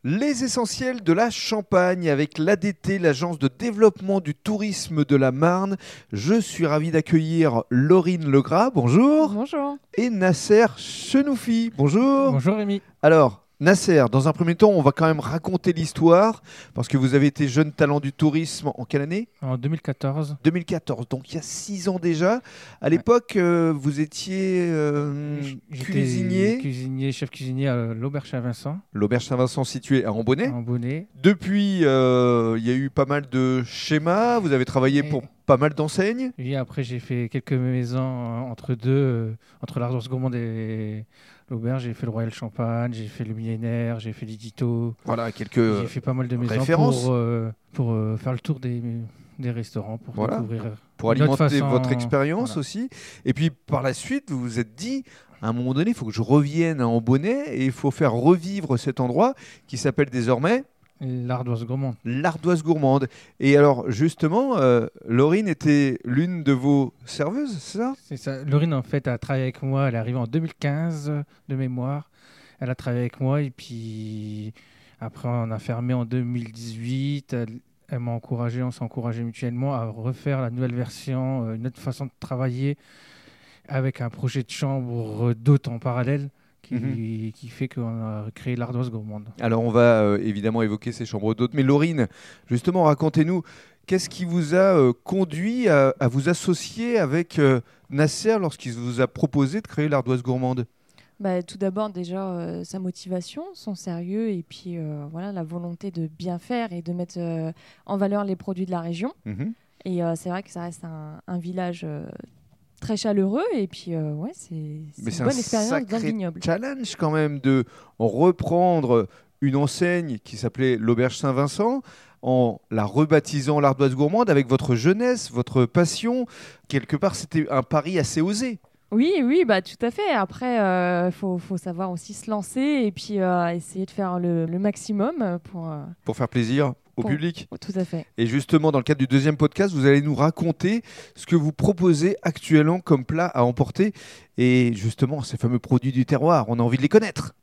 Les essentiels de la Champagne avec l'ADT, l'Agence de développement du tourisme de la Marne. Je suis ravi d'accueillir Laurine Legras, bonjour, Bonjour. et Nasser Chenoufi, bonjour. Bonjour Rémi. Alors, Nasser, dans un premier temps, on va quand même raconter l'histoire, parce que vous avez été jeune talent du tourisme en quelle année ? En 2014, 2014, donc il y a 6 ans déjà. À l'époque, vous étiez j'étais cuisinier. chef cuisinier à l'Auberge Saint-Vincent, L'Auberge Saint-Vincent située à Ambonnay. en Bonnet. Depuis, il y a eu pas mal de schémas. Vous avez travaillé pour pas mal d'enseignes. Et après, j'ai fait quelques maisons entre deux, entre l'Ardoise Gourmande et l'Auberge. J'ai fait le Royal Champagne, j'ai fait le Millénaire, j'ai fait l'Édito. Voilà, quelques J'ai fait pas mal de maisons références. pour faire le tour des restaurants, pour Voilà. découvrir pour une autre alimenter façon, votre expérience voilà. aussi. Et puis, par la suite, vous vous êtes dit, à un moment donné, il faut que je revienne à Ambonnay et il faut faire revivre cet endroit qui s'appelle désormais l'Ardoise Gourmande. l'Ardoise Gourmande. Et alors, justement, Laurine était l'une de vos serveuses, c'est ça ? C'est ça. Laurine, en fait, a travaillé avec moi. Elle est arrivée en 2015 de mémoire. Elle a travaillé avec moi et puis après, on a fermé en 2018. Elle m'a encouragé, on s'est encouragé mutuellement à refaire la nouvelle version, une autre façon de travailler avec un projet de chambre d'hôte en parallèle qui fait qu'on a créé l'Ardoise Gourmande. Alors, on va évidemment évoquer ces chambres d'hôtes. Mais Laurine, justement, racontez-nous, qu'est-ce qui vous a conduit à vous associer avec Nasser lorsqu'il vous a proposé de créer l'Ardoise Gourmande ? Tout d'abord, déjà, sa motivation, son sérieux et puis voilà, la volonté de bien faire et de mettre en valeur les produits de la région. Et c'est vrai que ça reste un village très chaleureux et puis ouais, c'est Mais une bonne expérience dans le sacré vignoble. challenge quand même de reprendre une enseigne qui s'appelait l'Auberge Saint-Vincent en la rebaptisant l'Ardoise Gourmande avec votre jeunesse, votre passion. Quelque part, c'était un pari assez osé. Oui, tout à fait. Après, faut savoir aussi se lancer et puis essayer de faire le maximum Pour faire plaisir au pour- public. Tout à fait. Et justement, dans le cadre du deuxième podcast, vous allez nous raconter ce que vous proposez actuellement comme plat à emporter et justement ces fameux produits du terroir. On a envie de les connaître.